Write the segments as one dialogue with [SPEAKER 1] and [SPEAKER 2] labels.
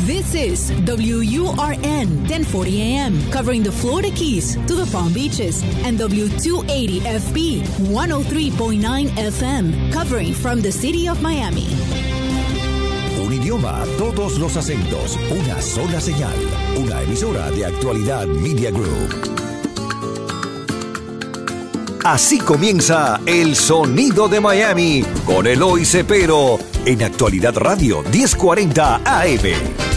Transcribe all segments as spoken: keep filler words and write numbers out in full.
[SPEAKER 1] This is W U R N ten forty A M, covering the Florida Keys to the Palm Beaches, and W two eighty F B one oh three point nine F M, covering from the city of Miami.
[SPEAKER 2] Un idioma, todos los acentos, una sola señal. Una emisora de Actualidad Media Group. Así comienza El Sonido de Miami con Eloy Cepero en Actualidad Radio diez cuarenta A M.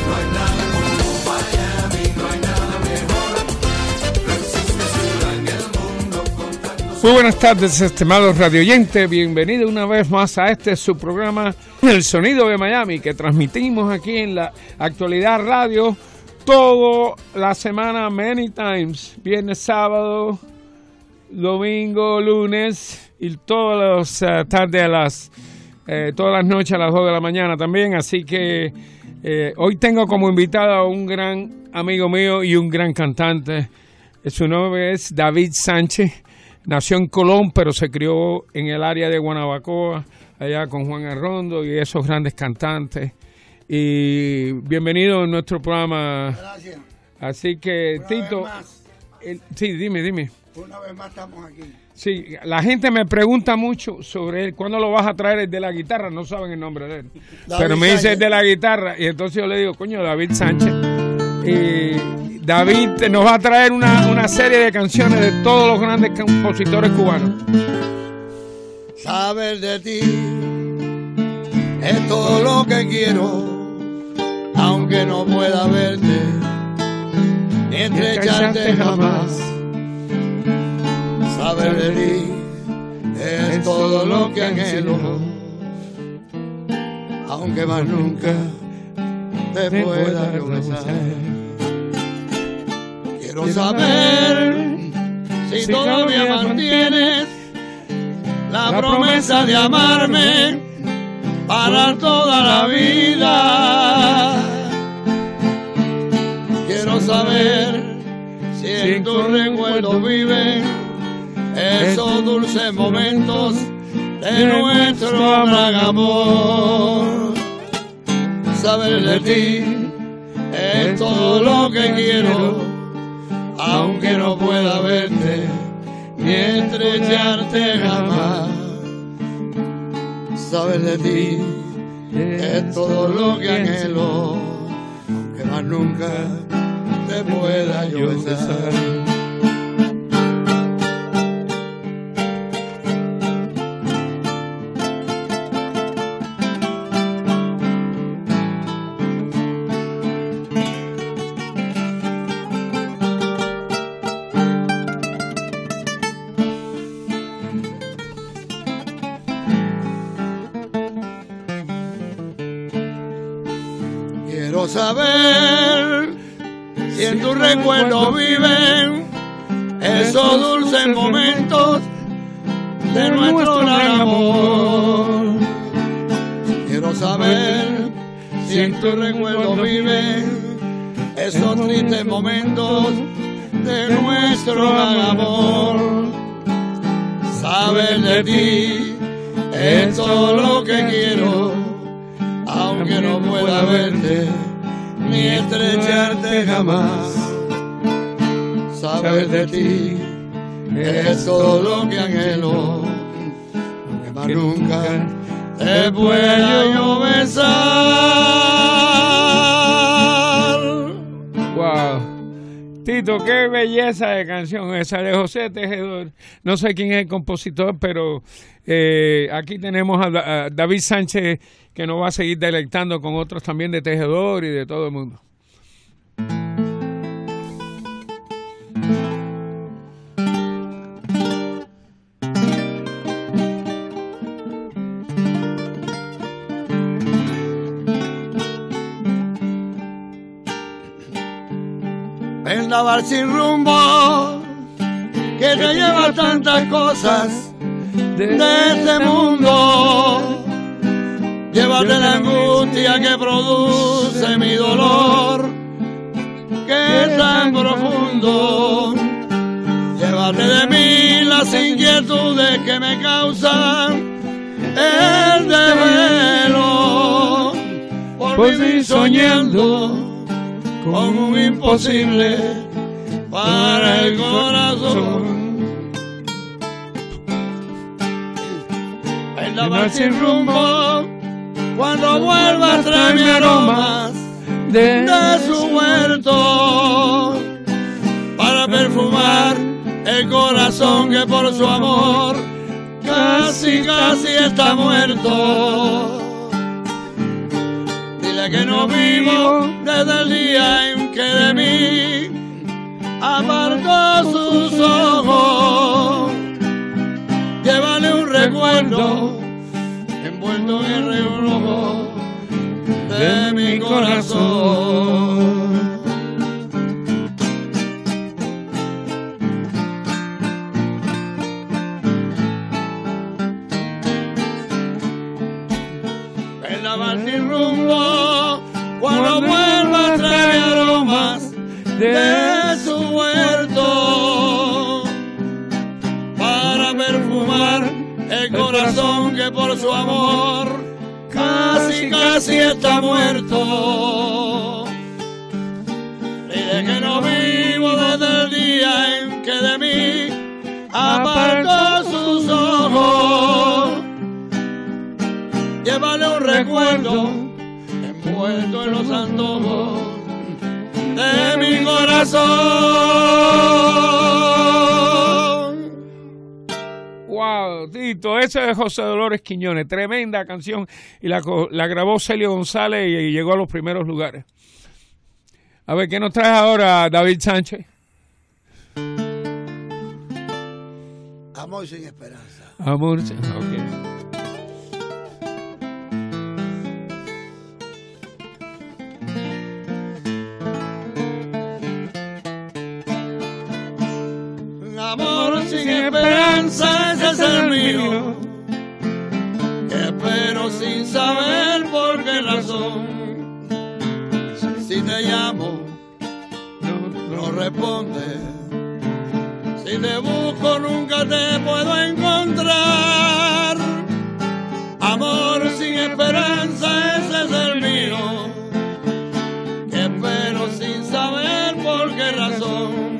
[SPEAKER 3] Muy buenas tardes, estimados radioyentes. Bienvenidos una vez más a este su programa El Sonido de Miami, que transmitimos aquí en la Actualidad Radio toda la semana, many times, viernes, sábado, domingo, lunes y todas las uh, tardes a las eh, todas las noches a las dos de la mañana también. Así que eh, hoy tengo como invitado a un gran amigo mío y un gran cantante. Su nombre es David Sánchez. Nació en Colón, pero se crió en el área de Guanabacoa, allá con Juan Arrondo y esos grandes cantantes. Y bienvenido a nuestro programa.
[SPEAKER 4] Gracias.
[SPEAKER 3] Así que, una Tito, el, sí, dime, dime.
[SPEAKER 4] Una vez más estamos aquí.
[SPEAKER 3] Sí, la gente me pregunta mucho sobre él. ¿Cuándo lo vas a traer? El de la guitarra, no saben el nombre de él.
[SPEAKER 4] David
[SPEAKER 3] pero me
[SPEAKER 4] Sánchez.
[SPEAKER 3] dice el de la guitarra, y entonces yo le digo, coño, David Sánchez. Y David nos va a traer una, una serie de canciones de todos los grandes compositores cubanos.
[SPEAKER 4] Saber de ti es todo lo que quiero, aunque no pueda verte ni estrecharte jamás. Saber de ti es todo lo que anhelo, aunque más nunca te pueda yo besar. Quiero saber si todavía mantienes la promesa de amarme para toda la vida. Quiero saber si en tus recuerdos viven esos dulces momentos de nuestro gran amor. Saber de ti es todo lo que quiero, aunque no pueda verte ni estrecharte jamás. Saber de ti es todo lo que anhelo, aunque más nunca te pueda yo besar. Quiero saber si en tus recuerdos viven esos dulces momentos de nuestro gran amor. Quiero saber si en tus recuerdos viven esos tristes momentos de nuestro gran amor. Saber de ti es todo lo que quiero, aunque no pueda verte ni estrecharte jamás. Saber de ti es todo lo que anhelo, aunque más nunca te pueda yo besar.
[SPEAKER 3] Wow. Tito, qué belleza de canción esa de José Tejedor. No sé quién es el compositor, pero eh, aquí tenemos a, a David Sánchez, que nos va a seguir deleitando con otros también de Tejedor y de todo el mundo.
[SPEAKER 4] Vendaval sin rumbo que te lleva tantas cosas de este mundo. Llévate la angustia que produce mi dolor, que es tan profundo. Llévate de mí las inquietudes que me causan el desvelo. por vivir soñando con un imposible para el corazón. En la mar sin rumbo, cuando vuelvas tráeme aromas de, de su huerto para perfumar el corazón que por su amor casi, casi está muerto. Dile que no vivo desde el día en que de mí apartó sus ojos. Llévale un recuerdo envuelto en el reloj de mi corazón. En la mar sin rumbo, cuando vuelva trae aromas de su huerto para perfumar el corazón que por su amor casi, casi está muerto. Dile que no vivo desde el día en que de mí apartó sus ojos. Llévale un recuerdo envuelto en los antojos de mi corazón.
[SPEAKER 3] Wow, Tito, ese es José Dolores Quiñones, tremenda canción, y la, la grabó Celio González y, y llegó a los primeros lugares. A ver, ¿qué nos traes ahora, David Sánchez?
[SPEAKER 4] Amor sin esperanza.
[SPEAKER 3] Amor sin esperanza, ok.
[SPEAKER 4] Amor sin esperanza, ese es el mío, que espero sin saber por qué razón. Si te llamo, no respondes. Si te busco, nunca te puedo encontrar. Amor sin esperanza, ese es el mío, que espero sin saber por qué razón.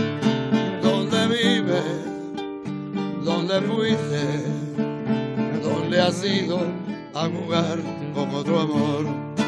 [SPEAKER 4] ¿Dónde fuiste? ¿Dónde has ido a jugar con otro amor?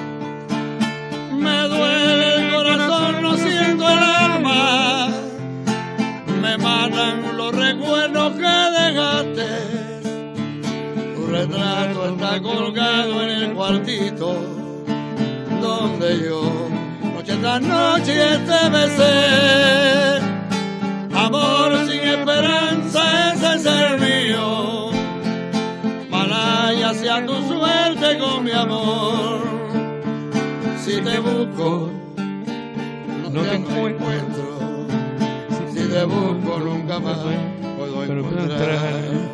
[SPEAKER 4] Me duele el corazón, no siento el alma. Me matan los recuerdos que dejaste. Tu retrato está colgado en el cuartito donde yo noche tras noche te besé. Amor sin esperanza, ese es el mío. Malaya sea tu suerte con mi amor. Si te busco, no, no te encuentro. Si te busco, nunca más puedo encontrar.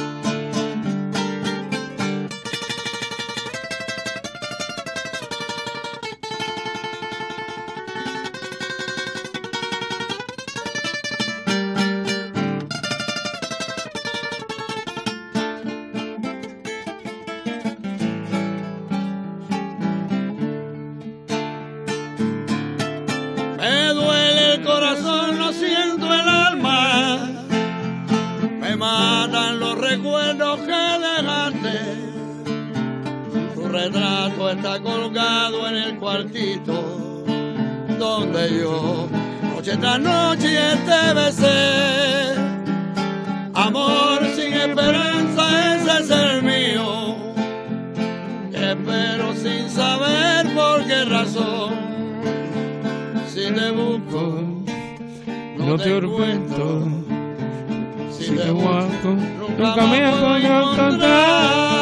[SPEAKER 4] Retrato está colgado en el cuartito donde yo noche tras noche te besé. Amor sin esperanza, ese es el mío, que espero sin saber por qué razón. Si te busco, no, no te, te encuentro. Si, si te busco, nunca, nunca me puedo encontrar.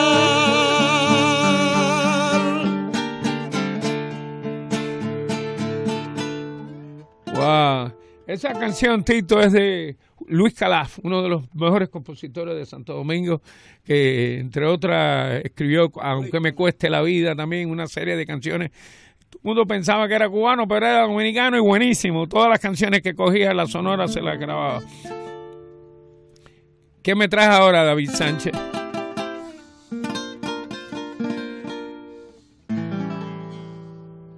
[SPEAKER 3] Wow. Esa canción, Tito, es de Luis Calaf, uno de los mejores compositores de Santo Domingo, que entre otras escribió Aunque me cueste la vida, también una serie de canciones. Todo el mundo pensaba que era cubano, pero era dominicano y buenísimo. Todas las canciones que cogía la Sonora se las grababa. ¿Qué me traes ahora, David Sánchez?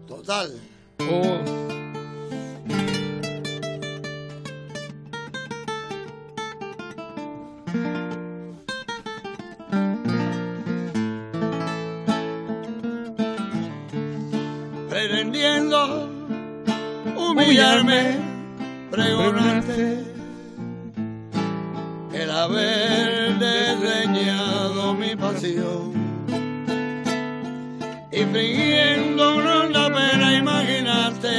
[SPEAKER 4] Total.
[SPEAKER 3] Oh.
[SPEAKER 4] Pretendiendo humillarme, pregonarte el haber desdeñado mi pasión y fingiendo una honda pena imaginaste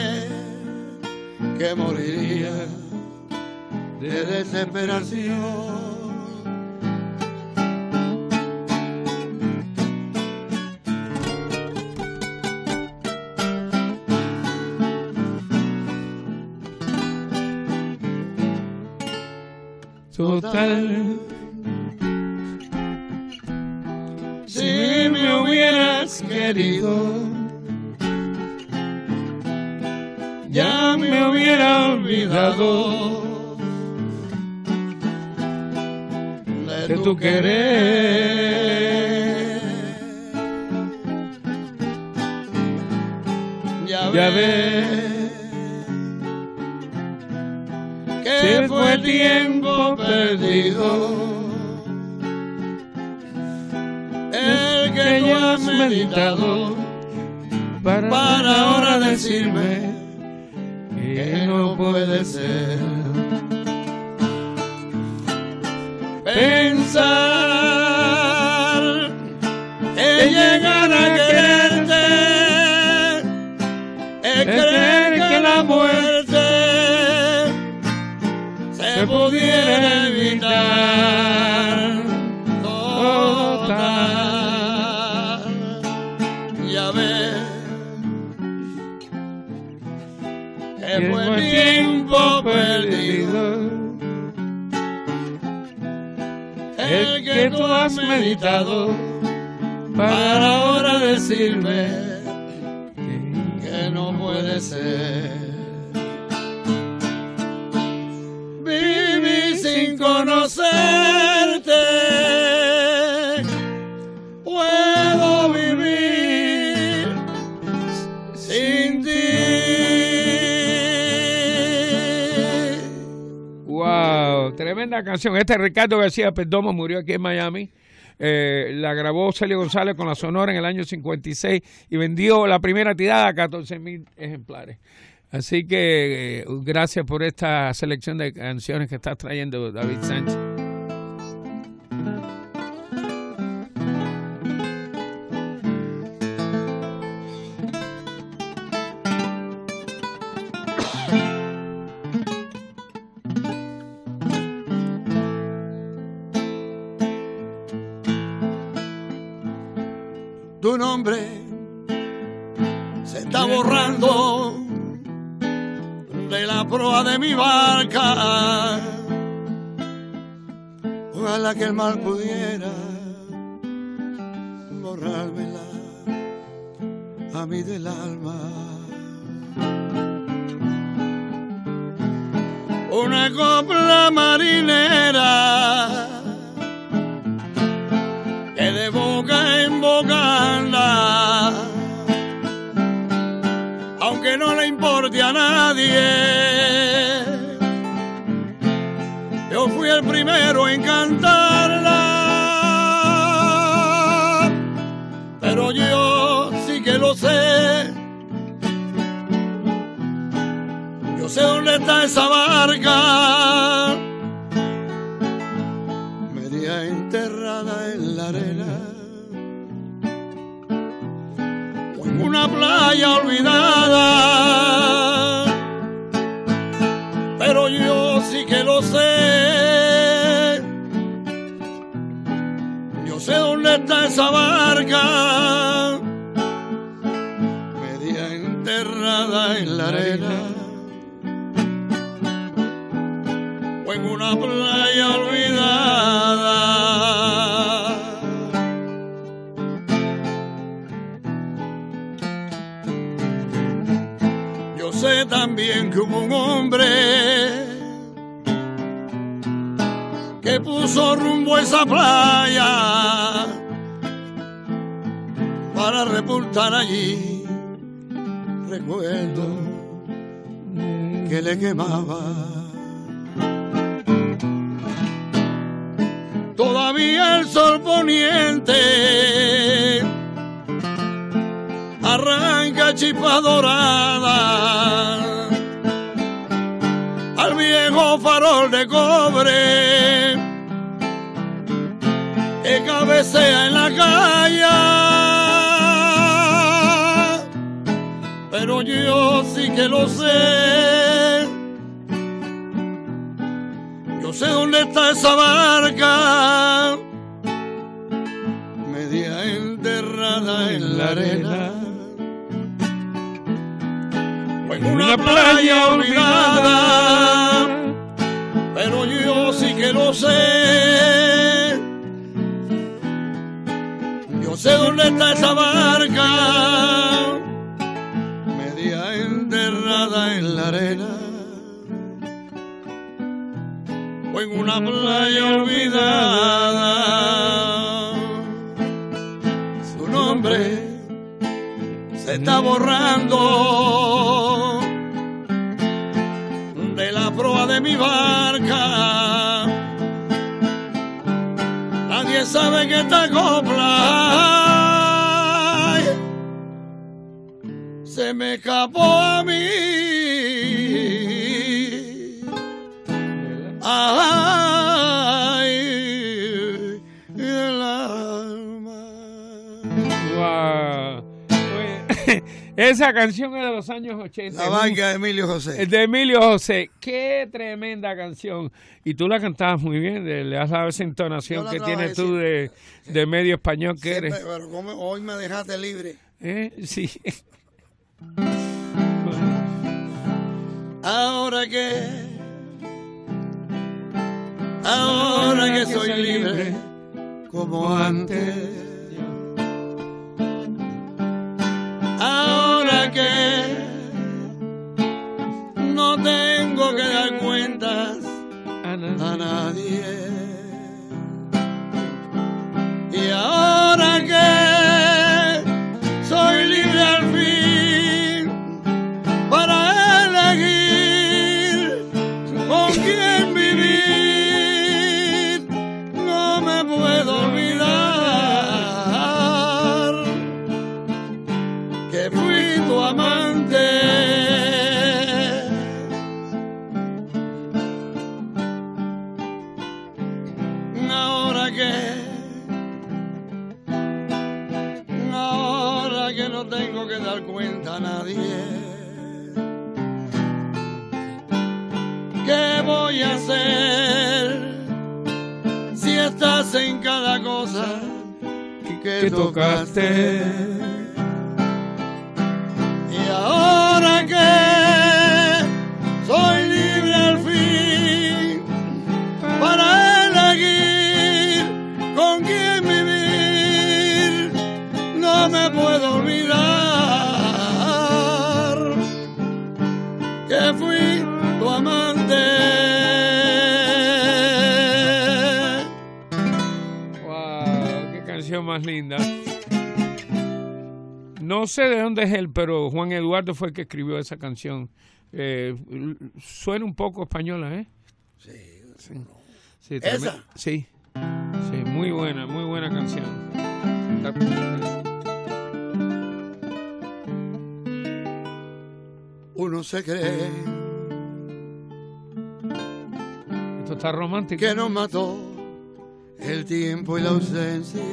[SPEAKER 4] que moriría de desesperación.
[SPEAKER 3] Total.
[SPEAKER 4] Si me hubieras querido, ya me hubiera olvidado de tu querer. Ya ves que fue tiempo perdido el que tú has meditado para, para ahora decirme que no puede ser. Pensar en llegar a quererte es creer que la muerte se pudiera evitar. Total. Ya ves que fue tiempo perdido el que tú has meditado para ahora decirme que no puede ser. Viví sin conocerte, puedo vivir sin ti.
[SPEAKER 3] Wow, tremenda canción. Este Ricardo García Perdomo murió aquí en Miami. Eh, la grabó Celio González con la Sonora en el año cincuenta y seis y vendió la primera tirada a catorce mil ejemplares. Así que eh, gracias por esta selección de canciones que estás trayendo, David Sánchez.
[SPEAKER 4] Tu nombre se está borrando de la proa de mi barca. Ojalá que el mal pudiera borrármela a mí del alma. Una copla marinera que de boca en boca anda, aunque no le importe a nadie. Yo fui el primero en cantarla, pero yo sí que lo sé. Yo sé dónde está esa barca, media enterrada en la arena, o en una playa olvidada, pero yo sí que lo sé. Yo sé dónde está esa barca, media enterrada en la arena, o en una playa olvidada. Yo sé también que hubo un hombre que puso rumbo a esa playa para reportar allí recuerdo que le quemaba. Todavía el sol poniente arranca chispas doradas al viejo farol de cobre que cabecea en la calle, pero yo sí que lo sé. Yo sé dónde está esa barca, media enterrada en la arena, o en una playa olvidada, pero yo sí que lo sé. Yo sé dónde está esa barca, media enterrada en la arena, o en una playa olvidada. Su nombre se está borrando de la proa de mi barca. Nadie sabe que esta copla se me escapó a mí. Ay, el alma.
[SPEAKER 3] Wow. Esa canción es de los años ochenta.
[SPEAKER 4] La barca de Emilio José.
[SPEAKER 3] De Emilio José. Qué tremenda canción. Y tú la cantabas muy bien. Le has dado esa entonación que tienes tú de, de medio español que
[SPEAKER 4] Siempre,
[SPEAKER 3] eres.
[SPEAKER 4] pero como hoy me dejaste libre.
[SPEAKER 3] ¿Eh? Sí.
[SPEAKER 4] Ahora que, ahora que soy libre como antes, ahora que no tengo que dar cuentas a nadie, y ahora que soy libre al fin para elegir con quién vivir, no me puedo olvidar que fui tu amante. Ahora que, ahora que no tengo que dar cuenta a nadie, ¿qué voy a hacer si estás en cada cosa que, que tocaste? Y ahora que soy libre al fin para elegir con quién vivir, no me puedo olvidar que fui tu amante.
[SPEAKER 3] Wow, qué canción más linda. No sé de dónde es él, pero Juan Eduardo fue el que escribió esa canción. Eh, suena un poco española, ¿eh?
[SPEAKER 4] Sí,
[SPEAKER 3] sí. sí
[SPEAKER 4] ¿Esa?
[SPEAKER 3] Sí, sí, muy buena, muy buena canción. La...
[SPEAKER 4] Uno se cree
[SPEAKER 3] Esto está romántico.
[SPEAKER 4] que nos mató el tiempo y la ausencia,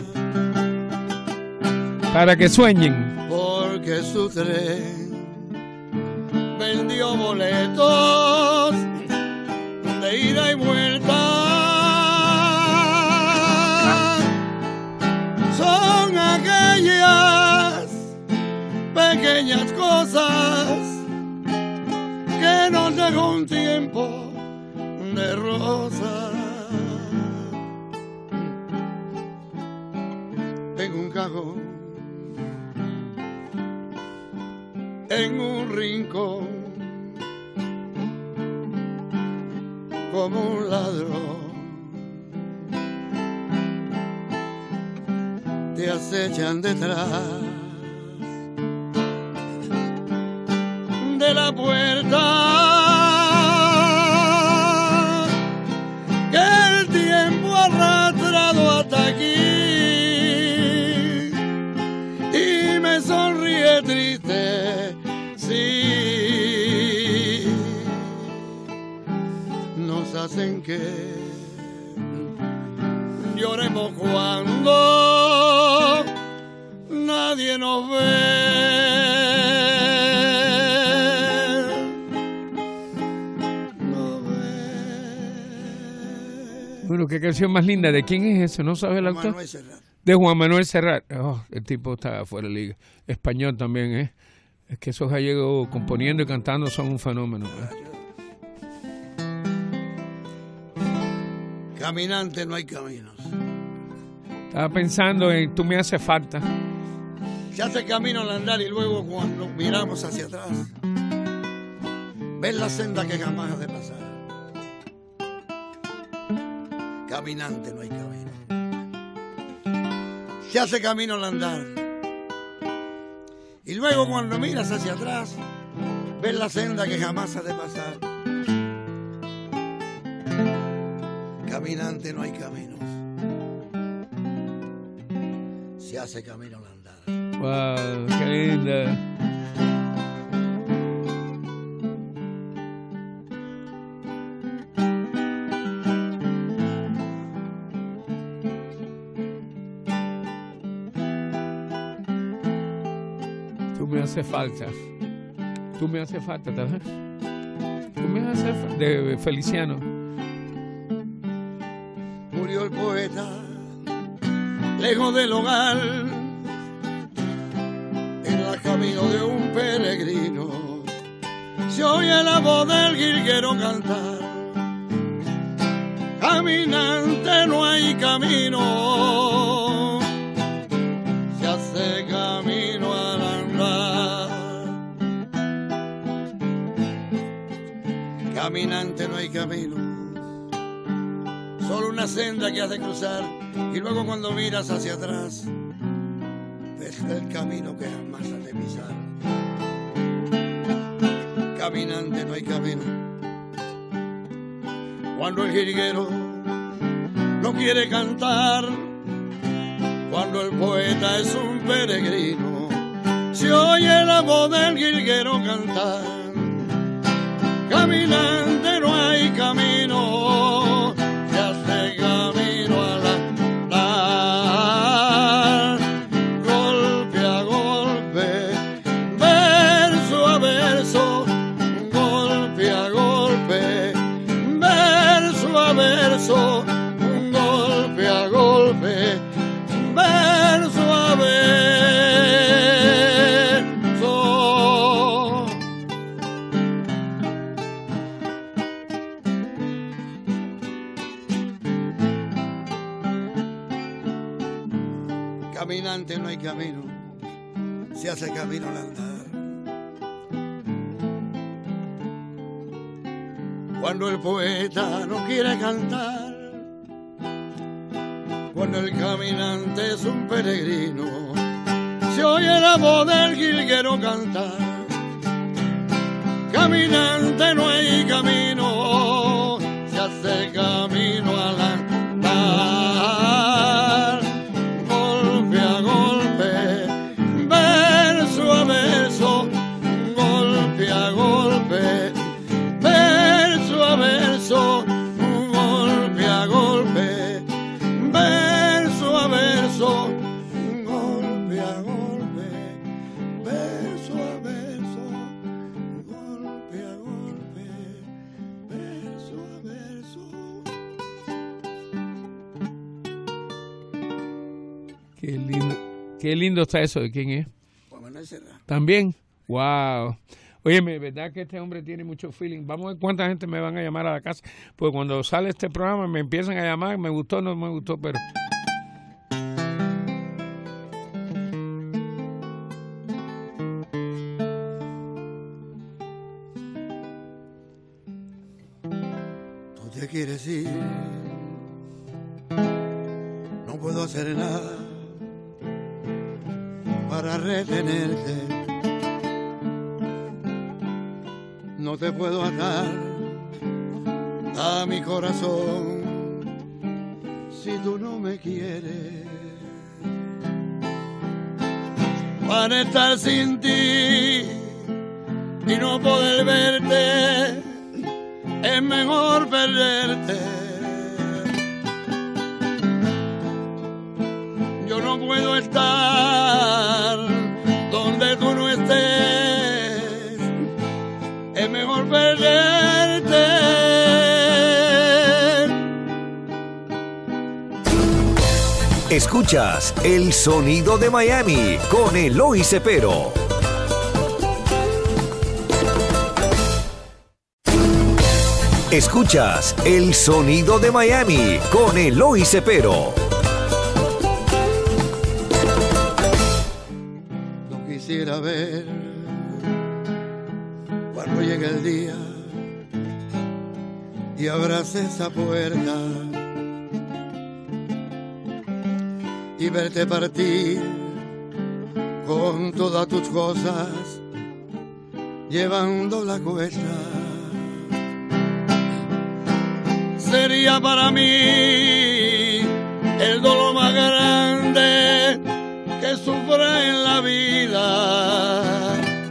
[SPEAKER 3] para que sueñen.
[SPEAKER 4] porque su tren vendió boletos de ida y vuelta. Son aquellas pequeñas cosas que nos dejó un tiempo de rosa. En un cajón, en un rincón, como un ladrón, te acechan detrás de la puerta que el tiempo ha arrastrado hasta aquí y me sonríe triste, sí, nos hacen que lloremos cuando nadie nos ve.
[SPEAKER 3] Bueno, qué canción más linda. ¿De quién es eso? ¿No sabe el autor?
[SPEAKER 4] Manuel Serrat.
[SPEAKER 3] De Juan Manuel Serrat. Oh, el tipo está fuera de liga. Español también, ¿eh? Es que esos gallegos componiendo y cantando son un fenómeno, ¿eh?
[SPEAKER 4] Caminante no hay caminos.
[SPEAKER 3] Estaba pensando en Tú me hace falta.
[SPEAKER 4] Se hace camino al andar y luego cuando miramos hacia atrás, ves la senda que jamás ha de pasar. Caminante no hay camino. Se hace camino al andar y luego cuando miras hacia atrás, ves la senda que jamás ha de pasar. Caminante no hay caminos. Se hace camino al andar.
[SPEAKER 3] Wow, qué linda. Tú me hace falta. Tú me hace falta, ¿sabes? Tú me hace falta. De Feliciano.
[SPEAKER 4] Murió el poeta, lejos del hogar, en el camino de un peregrino. Se oye la voz del jilguero cantar. Caminante no hay camino, se hace camino al andar. Caminante no hay camino, solo una senda que has de cruzar y luego cuando miras hacia atrás ves el camino que jamás has de pisar. Caminante no hay camino. Cuando el jilguero no quiere cantar, cuando el poeta es un peregrino, se oye la voz del jilguero cantar. Caminante no hay camino, se hace camino al andar, golpe a golpe, verso a verso, golpe a golpe, verso a verso, golpe a golpe, verso a verso. Caminante no hay camino, se hace camino al andar. Cuando el poeta no quiere cantar, cuando el caminante es un peregrino, se oye la voz del jilguero cantar. Caminante no hay camino, se hace camino al andar. Golpe a golpe, verso a verso, golpe a golpe, verso a verso, golpe a golpe, verso a verso, golpe a golpe, verso a verso, golpe a golpe, verso a verso.
[SPEAKER 3] Qué lindo, qué lindo está eso. ¿De quién es?
[SPEAKER 4] Juan Manuel Serrat.
[SPEAKER 3] ¿También? Wow. Óyeme, ¿verdad que este hombre tiene mucho feeling? Vamos a ver cuánta gente me van a llamar a la casa. Porque cuando sale este programa me empiezan a llamar, me gustó, no me gustó, pero...
[SPEAKER 4] Tú te quieres ir, no puedo hacer nada para retenerte. no te puedo atar a mi corazón si tú no me quieres. Para estar sin ti y no poder verte, es mejor perderte. Yo no puedo estar donde tú no estés, es mejor perderte.
[SPEAKER 2] Escuchas El Sonido de Miami con Eloy Cepero. Escuchas El Sonido de Miami con Eloy Cepero.
[SPEAKER 4] No quisiera ver cuando llegue el día y abrace esa puerta y verte partir con todas tus cosas llevando la cuesta. Sería para mí el dolor más grande que sufra en la vida.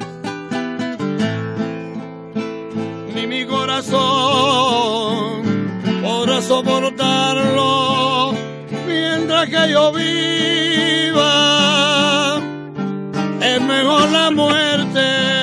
[SPEAKER 4] Ni mi corazón podrá soportarlo mientras que yo viva. Es mejor la muerte.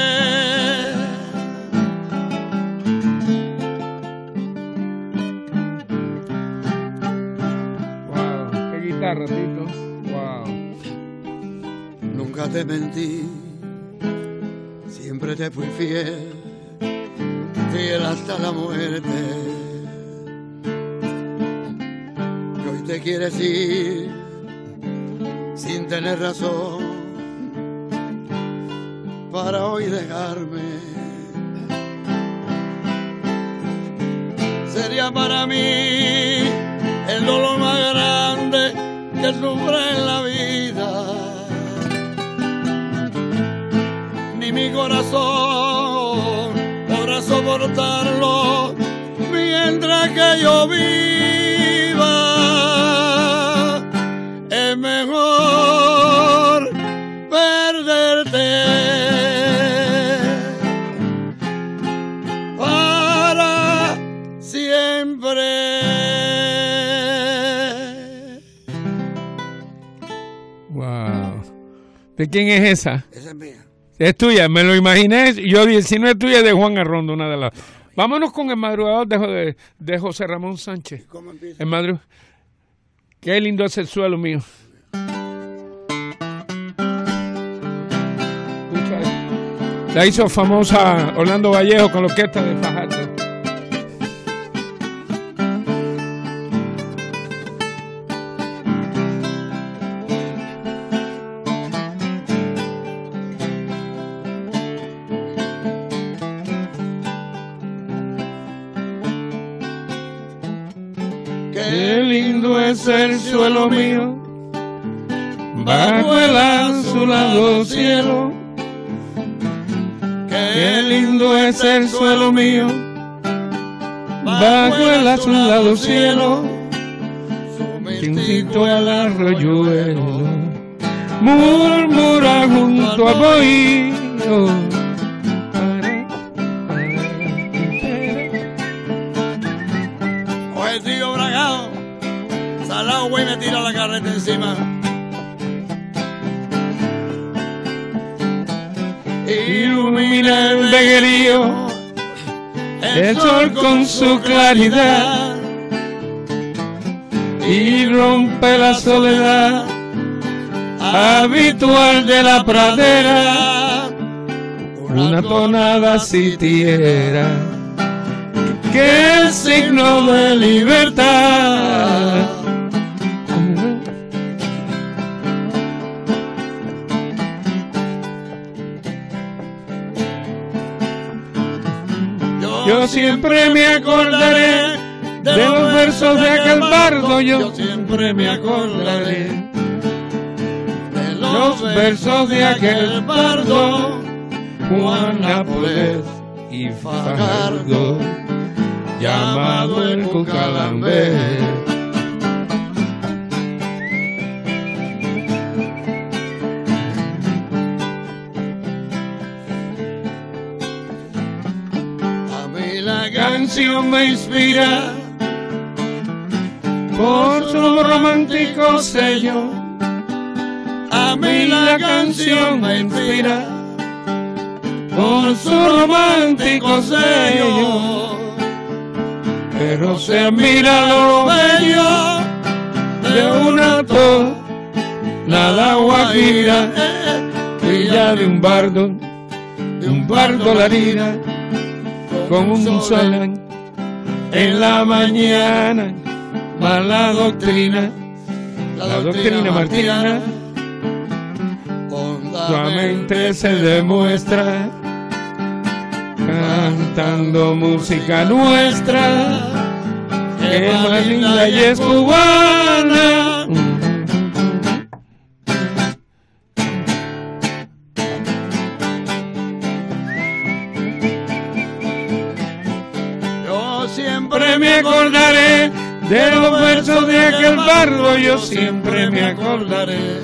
[SPEAKER 3] Ratito. Wow.
[SPEAKER 4] Nunca te mentí, siempre te fui fiel, fiel hasta la muerte. Y hoy te quieres ir sin tener razón para hoy dejarme. Sería para mí el dolor más grande que sufre en la vida. Ni mi corazón podrá soportarlo mientras que yo viva. Es mejor perderte para siempre.
[SPEAKER 3] ¿De quién es esa?
[SPEAKER 4] Esa es mía.
[SPEAKER 3] Es tuya, me lo imaginé. Yo dije, si no es tuya, es de Juan Arrondo, una de las. Vámonos con El Madrugador de, de José Ramón Sánchez.
[SPEAKER 4] ¿Cómo empieza?
[SPEAKER 3] El madru... Qué lindo es el suelo mío. Escucha. La hizo famosa Orlando Vallejo con la orquesta de Fajardo.
[SPEAKER 5] Qué lindo es el suelo mío, bajo el azulado cielo. Qué lindo es el suelo mío, bajo el azulado cielo. Juntito al arroyuelo, murmura junto al bohío.
[SPEAKER 4] Oye, tío bragado, salado, güey, me tira la carreta encima.
[SPEAKER 5] Ilumina el veguerío, el sol con su claridad, y rompe la soledad habitual de la pradera. Una tonada sitiera, que es signo de libertad. Yo siempre me acordaré de los versos de aquel bardo. Yo siempre me acordaré de los versos de aquel bardo. Juan Nápoles
[SPEAKER 3] y Fajardo, llamado el Cucalambé.
[SPEAKER 4] A mí la canción me inspira por su romántico sello. A mí la canción me inspira por su romántico sello. Pero se admira lo bello de una tonada guajira, brilla de un bardo, de un bardo la lira, con un sol en la mañana. Va la doctrina, la doctrina martina, hondamente se demuestra, cantando música nuestra, que es más linda y es cubana. Yo siempre me acordaré de los versos de aquel bardo, yo siempre me acordaré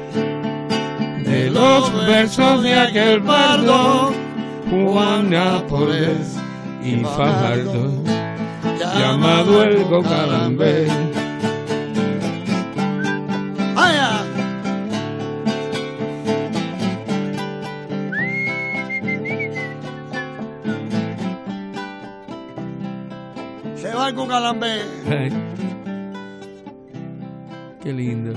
[SPEAKER 4] de los versos de aquel bardo, Juan Nápoles y Fajardo, llamado el Cucalambé. ¡Vaya! Se va el Cucalambé.
[SPEAKER 3] Ay, qué lindo.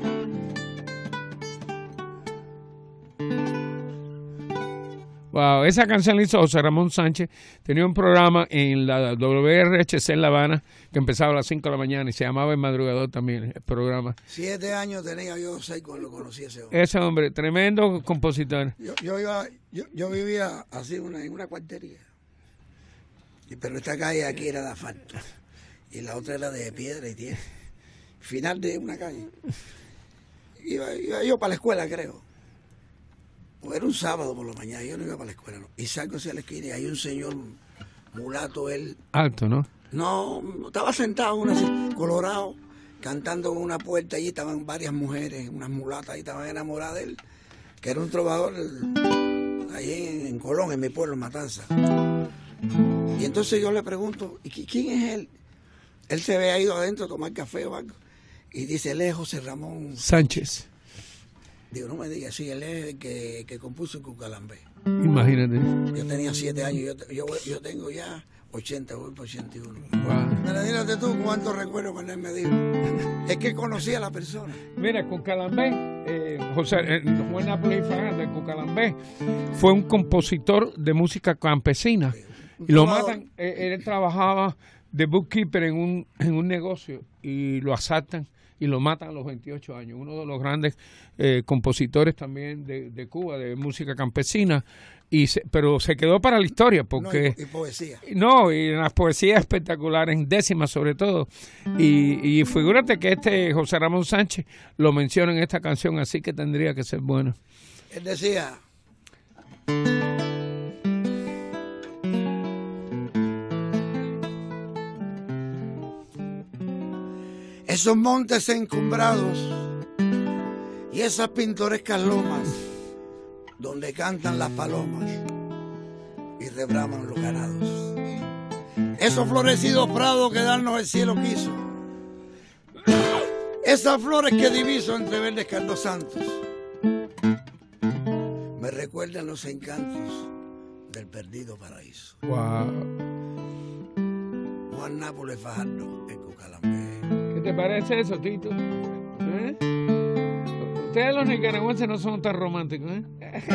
[SPEAKER 3] Wow, esa canción la hizo José Ramón Sánchez. Tenía un programa en la W R H C en La Habana que empezaba a las cinco de la mañana y se llamaba El Madrugador también, el programa.
[SPEAKER 4] Siete años tenía yo, seis cuando lo conocí ese hombre.
[SPEAKER 3] Ese hombre, tremendo compositor.
[SPEAKER 4] Yo, yo, iba, yo, yo vivía así una, en una cuartería. Pero esta calle aquí era de asfalto y la otra era de piedra y tierra. Final de una calle. Iba, iba yo para la escuela, creo. O era un sábado por la mañana, yo no iba para la escuela, no. Y salgo hacia la esquina y hay un señor mulato, él.
[SPEAKER 3] Alto, ¿no?
[SPEAKER 4] No, estaba sentado, una, colorado, cantando en una puerta. Allí estaban varias mujeres, unas mulatas, ahí estaban enamoradas de él, que era un trovador ahí en, en Colón, en mi pueblo, en Matanza. Y entonces yo le pregunto, ¿y quién es él? Él se había ido adentro a tomar café o algo. Y dice, él es José Ramón
[SPEAKER 3] Sánchez.
[SPEAKER 4] Digo, no me digas, sí, él es el que, que compuso el Cucalambé.
[SPEAKER 3] Imagínate.
[SPEAKER 4] Yo tenía siete años, yo, yo, yo tengo ya ochenta, voy por ochenta y uno.
[SPEAKER 3] Wow.
[SPEAKER 4] Pero dígate tú cuántos recuerdos cuando él me dijo. Es que conocía a la persona.
[SPEAKER 3] Mira, Cucalambé, eh, José eh, Juan Nápoles y Fajardo, de Cucalambé, fue un compositor de música campesina. Y lo matan, eh, él trabajaba de bookkeeper en un, en un negocio y lo asaltan y lo matan a los veintiocho años. Uno de los grandes eh, compositores también de, de Cuba, de música campesina, y se, pero se quedó para la historia porque...
[SPEAKER 4] No, y, y poesía.
[SPEAKER 3] No, y las poesías espectaculares, en décimas sobre todo. Y, y figúrate que este José Ramón Sánchez lo menciona en esta canción, así que tendría que ser bueno.
[SPEAKER 4] Él decía... Esos montes encumbrados y esas pintorescas lomas donde cantan las palomas y rebraman los ganados. Esos florecidos prados que darnos el cielo quiso. Esas flores que diviso entre verdes cardosantos me recuerdan los encantos del perdido paraíso.
[SPEAKER 3] Wow.
[SPEAKER 4] Juan Nápoles Fajardo, el Cucalambé.
[SPEAKER 3] ¿Qué te parece eso, Tito? ¿Eh? Ustedes los nicaragüenses no son tan románticos, ¿eh?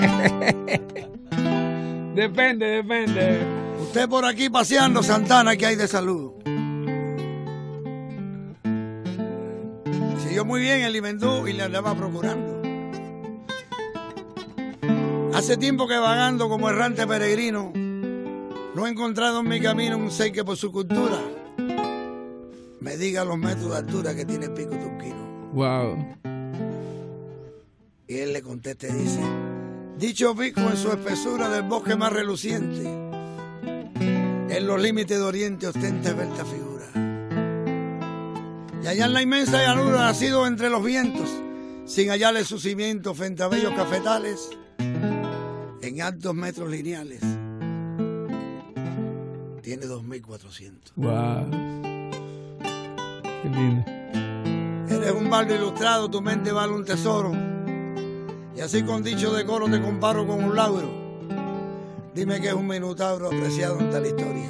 [SPEAKER 3] Depende, depende.
[SPEAKER 4] Usted por aquí paseando, Santana, que hay de salud. Siguió muy bien el Limendú y le andaba procurando. Hace tiempo que vagando como errante peregrino, no he encontrado en mi camino un ser que por su cultura me diga los metros de altura que tiene el pico turquino.
[SPEAKER 3] Wow.
[SPEAKER 4] Y él le contesta y dice, dicho pico en su espesura del bosque más reluciente, en los límites de Oriente ostenta esbelta figura. Y allá en la inmensa llanura, nacido entre los vientos, sin hallarle su cimiento frente a bellos cafetales, en altos metros lineales, tiene dos mil cuatrocientos.
[SPEAKER 3] Wow. Qué lindo.
[SPEAKER 4] Eres un bardo ilustrado, tu mente vale un tesoro. Y así con dicho de coro te comparo con un lauro. Dime que es un minotauro apreciado en tal historia.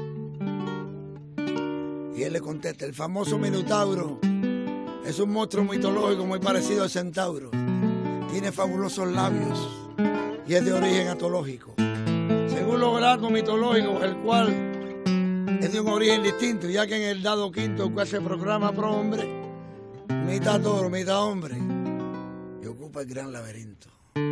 [SPEAKER 4] Y él le contesta, el famoso minotauro es un monstruo mitológico muy parecido al centauro. Tiene fabulosos labios y es de origen atológico. Según los relatos mitológicos, el cual es de un origen distinto, ya que en el dado quinto, el cual se proclama pro hombre, mitad toro, mitad hombre, y ocupa el gran laberinto.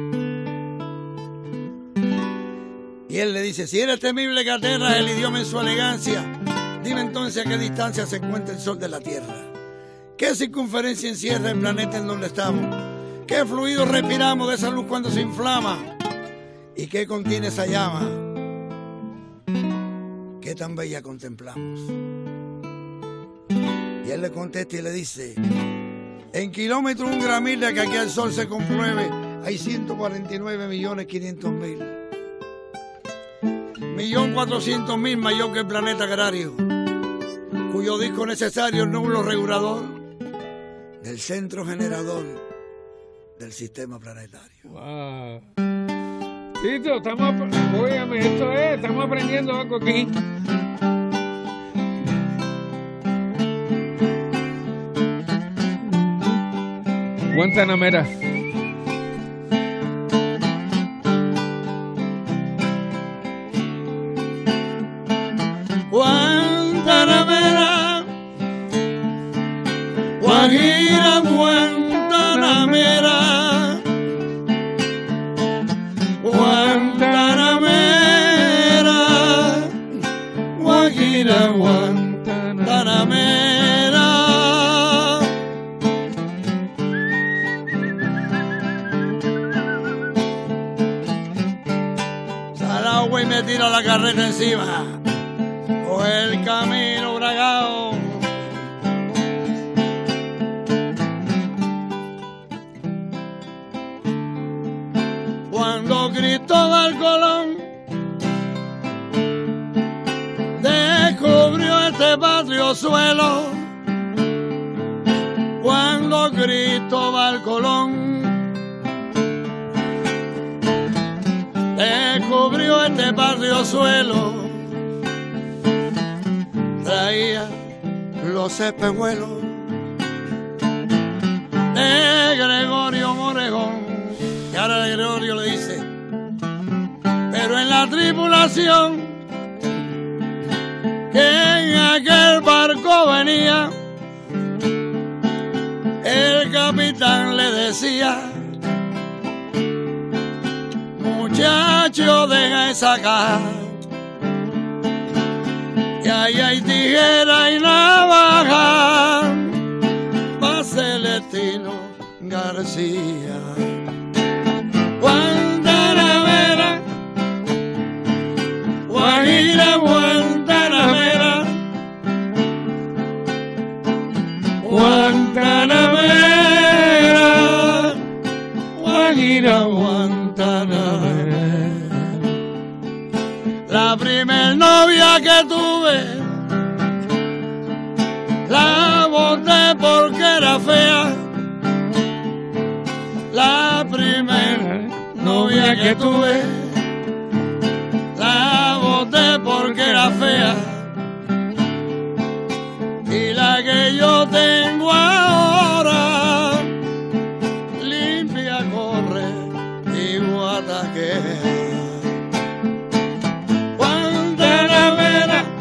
[SPEAKER 4] Y él le dice, si eres temible que aterras el idioma en su elegancia, dime entonces a qué distancia se encuentra el sol de la tierra. ¿Qué circunferencia encierra el planeta en donde estamos? ¿Qué fluido respiramos de esa luz cuando se inflama? ¿Y qué contiene esa llama? ¿Qué tan bella contemplamos? Y él le contesta y le dice, en kilómetros un gran mil de que aquí al sol se compruebe, hay ciento cuarenta y nueve millones quinientos mil. Millón cuatrocientos mil mayor que el planeta agrario, cuyo disco necesario es núcleo regulador del centro generador del sistema planetario.
[SPEAKER 3] Wow. Tito, estamos, óigame, esto es, estamos aprendiendo algo aquí. Guantanamera.
[SPEAKER 4] Guantanamera, Guajira, Guantanamera, Guantanamera, Guajira, Guantanamera. Saragua y me tira la carreta encima, o el camino bragado. Cuando Cristóbal Colón descubrió este patrio suelo, cuando Cristóbal Colón descubrió este patrio suelo, traía los espejuelos de Gregorio Morejón. Y ahora Gregorio le dice, pero en la tripulación que en aquel barco venía, el capitán le decía, muchacho, deja esa caja, que ahí hay tijera y navaja, va Celestino García. Guantanamera, Guajira, Guantanamera, Guantanamera, Guajira, Guantanamera. La primer novia que tuve la boté porque era fea. La primera novia que tuve la boté porque era fea, y la que yo tengo ahora limpia corre y guataquea. Guantanamera,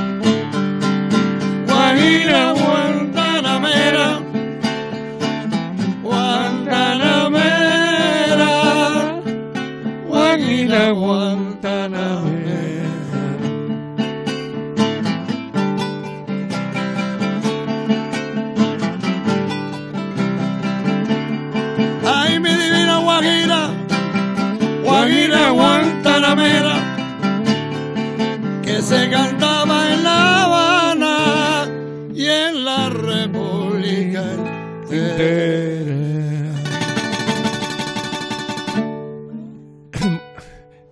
[SPEAKER 4] Guajira, Guantanamera, Guantanamera, Guajira, Guantanamera. Ay, mi divina Guajira, Guajira, Guantanamera, que se canta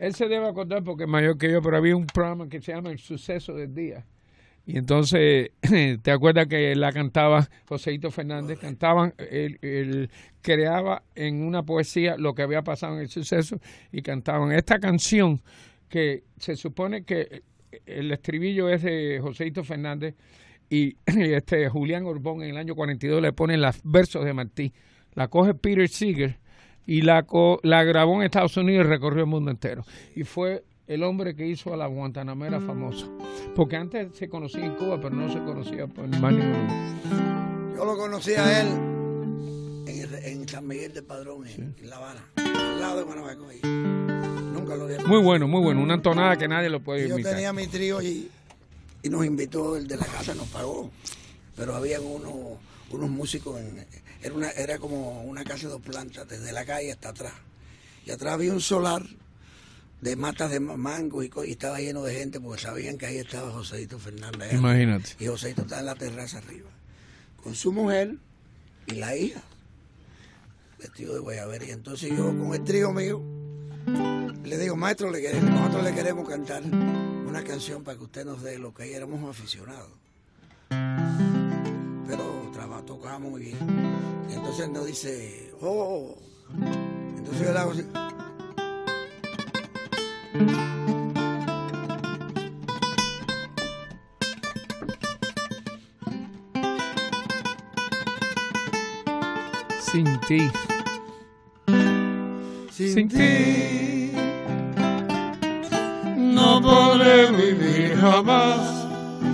[SPEAKER 3] Él se debe acordar porque es mayor que yo, pero había un programa que se llama El Suceso del Día. Y entonces, ¿te acuerdas que la cantaba Joséito Fernández? Cantaban, él, él creaba en una poesía lo que había pasado en el suceso y cantaban esta canción que se supone que el estribillo es de Joséito Fernández y este Julián Orbón en el año cuarenta y dos le pone los versos de Martí. La coge Peter Seeger y la, co, la grabó en Estados Unidos y recorrió el mundo entero. Y fue el hombre que hizo a la Guantanamera famosa. Porque antes se conocía en Cuba, pero no se conocía por más ningún lugar.
[SPEAKER 4] Yo lo conocí a él en, en San Miguel del Padrón, sí. en, en La Habana, al lado de Guanabacoa. Nunca lo había
[SPEAKER 3] Muy bueno, muy bueno. Una entonada que nadie lo puede
[SPEAKER 4] imitar.
[SPEAKER 3] Yo
[SPEAKER 4] tenía mi trío y, y nos invitó, el de la casa nos pagó. Pero habían unos, unos músicos, en, era, una, era como una casa de dos plantas, desde la calle hasta atrás. Y atrás había un solar de matas de mango y, y estaba lleno de gente porque sabían que ahí estaba Joséito Fernández.
[SPEAKER 3] Imagínate.
[SPEAKER 4] Y Joséito estaba en la terraza arriba, con su mujer y la hija, vestido de guayabera. Y entonces yo con el trío mío le digo, maestro, le queremos, nosotros le queremos cantar una canción para que usted nos dé lo que ahí éramos aficionados. Pero traba, tocábamos muy bien. Y entonces nos dice, oh, entonces yo le hago así.
[SPEAKER 3] Sin ti,
[SPEAKER 4] sin, sin ti, no podré vivir jamás,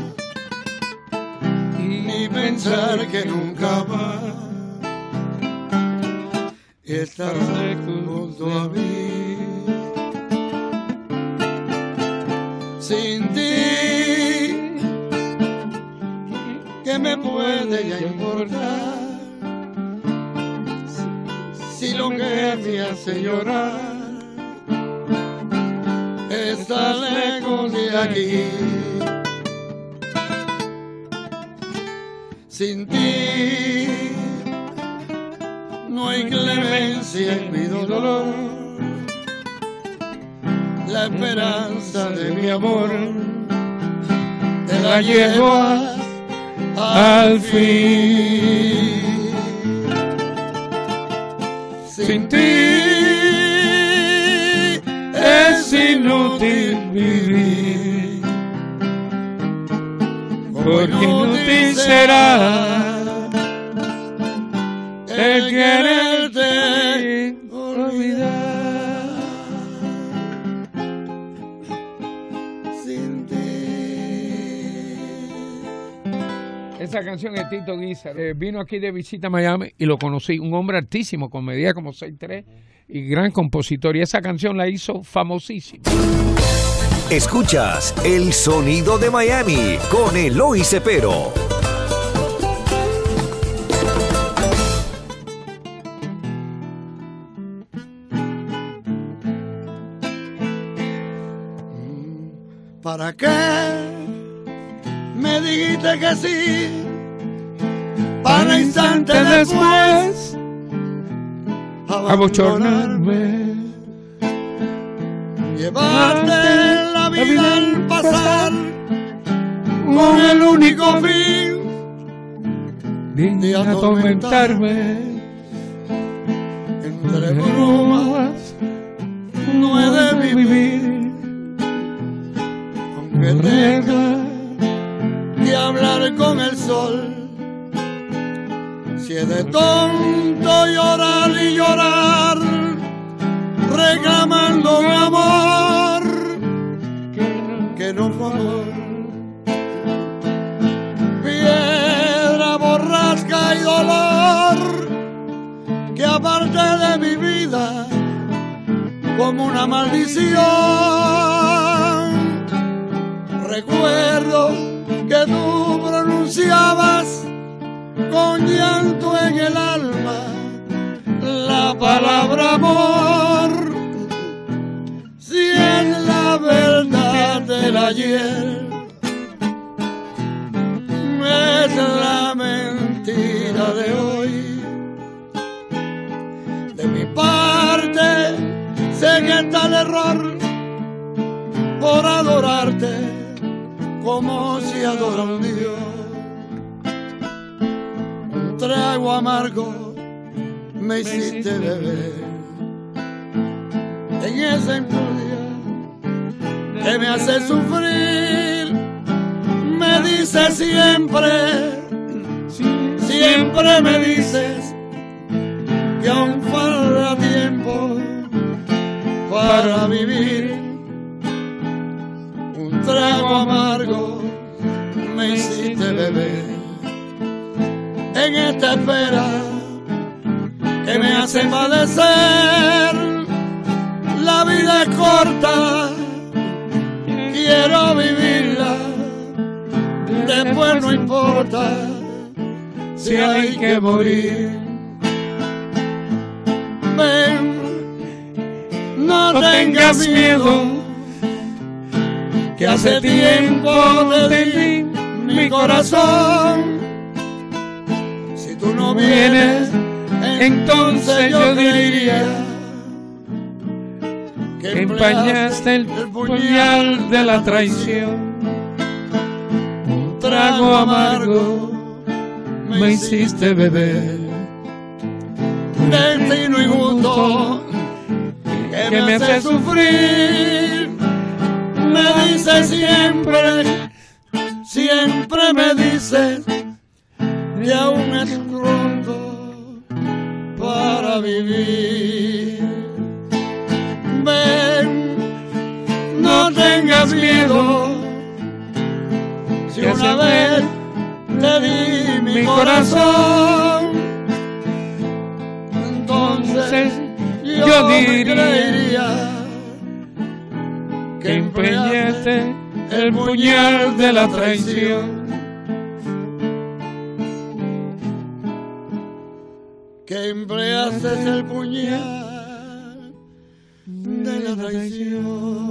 [SPEAKER 4] ni pensar que nunca más estarás junto a mí. Sin ti, ¿qué me puede ya importar? Si lo que me hace llorar está lejos de aquí. Sin ti no hay clemencia en mi dolor. La esperanza de mi amor te la llevo al fin. Sin ti es inútil vivir, porque inútil será el quererte olvidar. Sin ti.
[SPEAKER 3] Esa canción es Tito Guízaro. Eh, vino aquí de visita a Miami y lo conocí. Un hombre altísimo, con medida como seis tres y gran compositor. Y esa canción la hizo famosísima.
[SPEAKER 2] Escuchas El Sonido de Miami con Eloy Cepero.
[SPEAKER 4] ¿Para qué me dijiste que sí? Para instantes después abochornarme, llevarte la vida al pasar con el único fin de atormentarme. Entre brumas no he de vivir, aunque tenga que hablar con el sol. Si he de tonto llorar y llorar, reclamando un amor que no fue amor. Piedra, borrasca y dolor, que aparte de mi vida, como una maldición, recuerdo que tú pronunciabas con llanto en el alma la palabra amor. Si es la verdad del ayer, es la mentira de hoy. De mi parte sé que está el error, amarte como si adoro a un Dios. Un trago amargo me hiciste beber en esa infuria que me hace sufrir. Me dices siempre, siempre me dices que aún falta tiempo para vivir. Un trago amargo me hiciste beber en esta espera que me hace padecer. La vida es corta, quiero vivirla, después no importa si hay que morir. Ven, no, no tengas miedo, que hace tiempo te di mi corazón. Si tú no vienes, entonces yo diría que empañaste el puñal de la traición. Un trago amargo me hiciste beber, destino injusto que me hace sufrir. Me dices siempre, siempre me dices que aún es pronto para vivir. Ven, no tengas miedo, si una vez te di mi corazón, entonces yo diría que empeñaste el puñal de la traición. Que empleaste el puñal de la traición.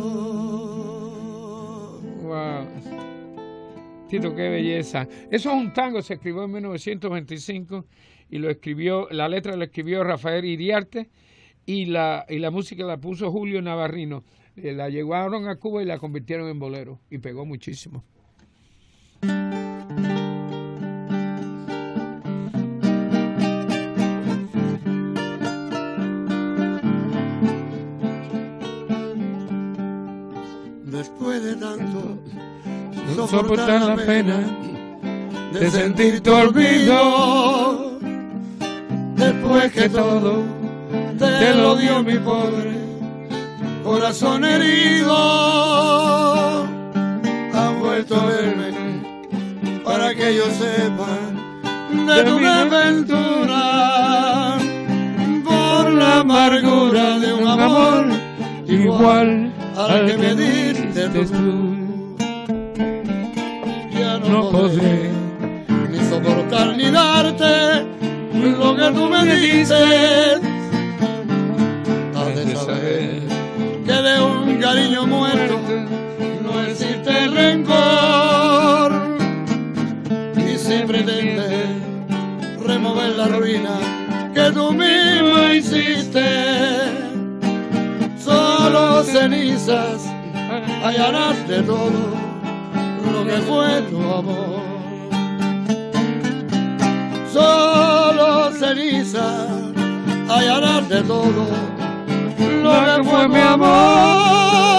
[SPEAKER 3] Wow. Tito, qué belleza. Eso es un tango, se escribió en mil novecientos veinticinco y lo escribió, la letra la escribió Rafael Iriarte y la, y la música la puso Julio Navarrino. Eh, la llevaron a Cuba y la convirtieron en bolero y pegó muchísimo.
[SPEAKER 4] Después de tanto
[SPEAKER 5] soportar la pena de sentir tu olvido,
[SPEAKER 4] después que todo te lo dio mi pobre corazón herido, has vuelto a verme para que yo sepa de tu desventura, por la amargura de un amor igual al que me diste tú. Ya no, no podré ni soportar ni darte lo que tú me dices. Has de saber que de un cariño muerto no existe rencor, y si pretendes remover la ruina que tú misma hiciste, solo cenizas hallarás de todo lo que fue tu amor. Solo cenizas hallarás de todo lo que fue mi amor.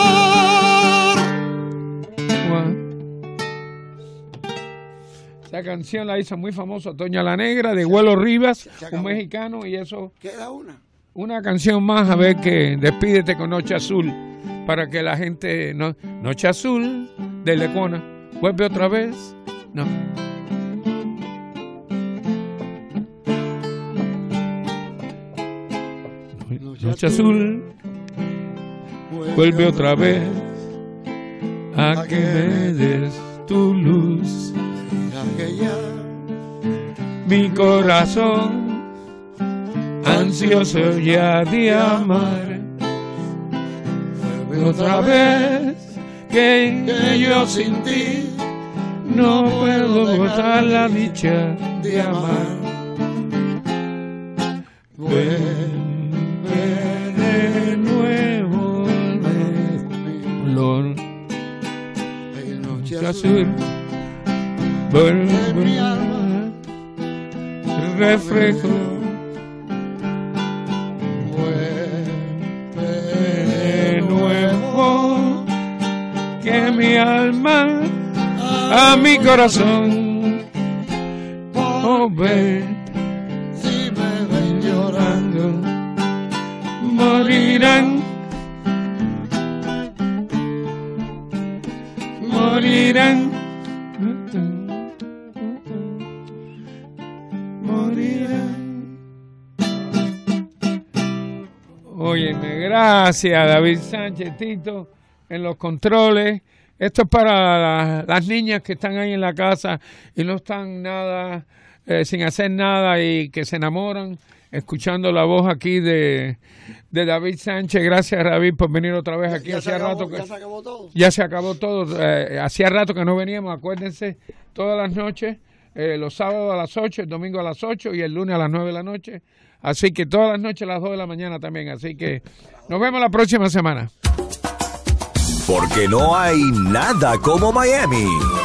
[SPEAKER 3] Esa canción la hizo muy famosa Toña la Negra, de Güelo Rivas, un mexicano, y eso...
[SPEAKER 4] Queda una.
[SPEAKER 3] Una canción más, a ver, que despídete con Noche Azul, para que la gente... No, Noche Azul de Lecona, vuelve otra vez. No. Noche Azul, vuelve otra vez a que me des tu luz. Mi corazón ansioso ya de amar, vuelve otra vez que, que yo sin ti no puedo gozar la dicha de amar. Vuelve de nuevo, Lord. azul, vuelve mi alma, reflejo, vuelve de nuevo, que mi alma a mi corazón, oh, ve,
[SPEAKER 4] si me ven llorando,
[SPEAKER 3] morirán, morirán, morirán. Óyeme, gracias David Sánchez, Tito, en los controles. Esto es para la, las niñas que están ahí en la casa y no están nada, eh, sin hacer nada y que se enamoran, escuchando la voz aquí de, de David Sánchez. Gracias, David, por venir otra vez aquí.
[SPEAKER 4] Ya
[SPEAKER 3] hacía
[SPEAKER 4] se acabó,
[SPEAKER 3] rato que,
[SPEAKER 4] ya se acabó todo.
[SPEAKER 3] Ya se acabó todo. Eh, hacía rato que no veníamos, acuérdense, todas las noches, eh, los sábados a las ocho, el domingo a las ocho y el lunes a las nueve de la noche. Así que todas las noches a las dos de la mañana también. Así que nos vemos la próxima semana.
[SPEAKER 2] Porque no hay nada como Miami.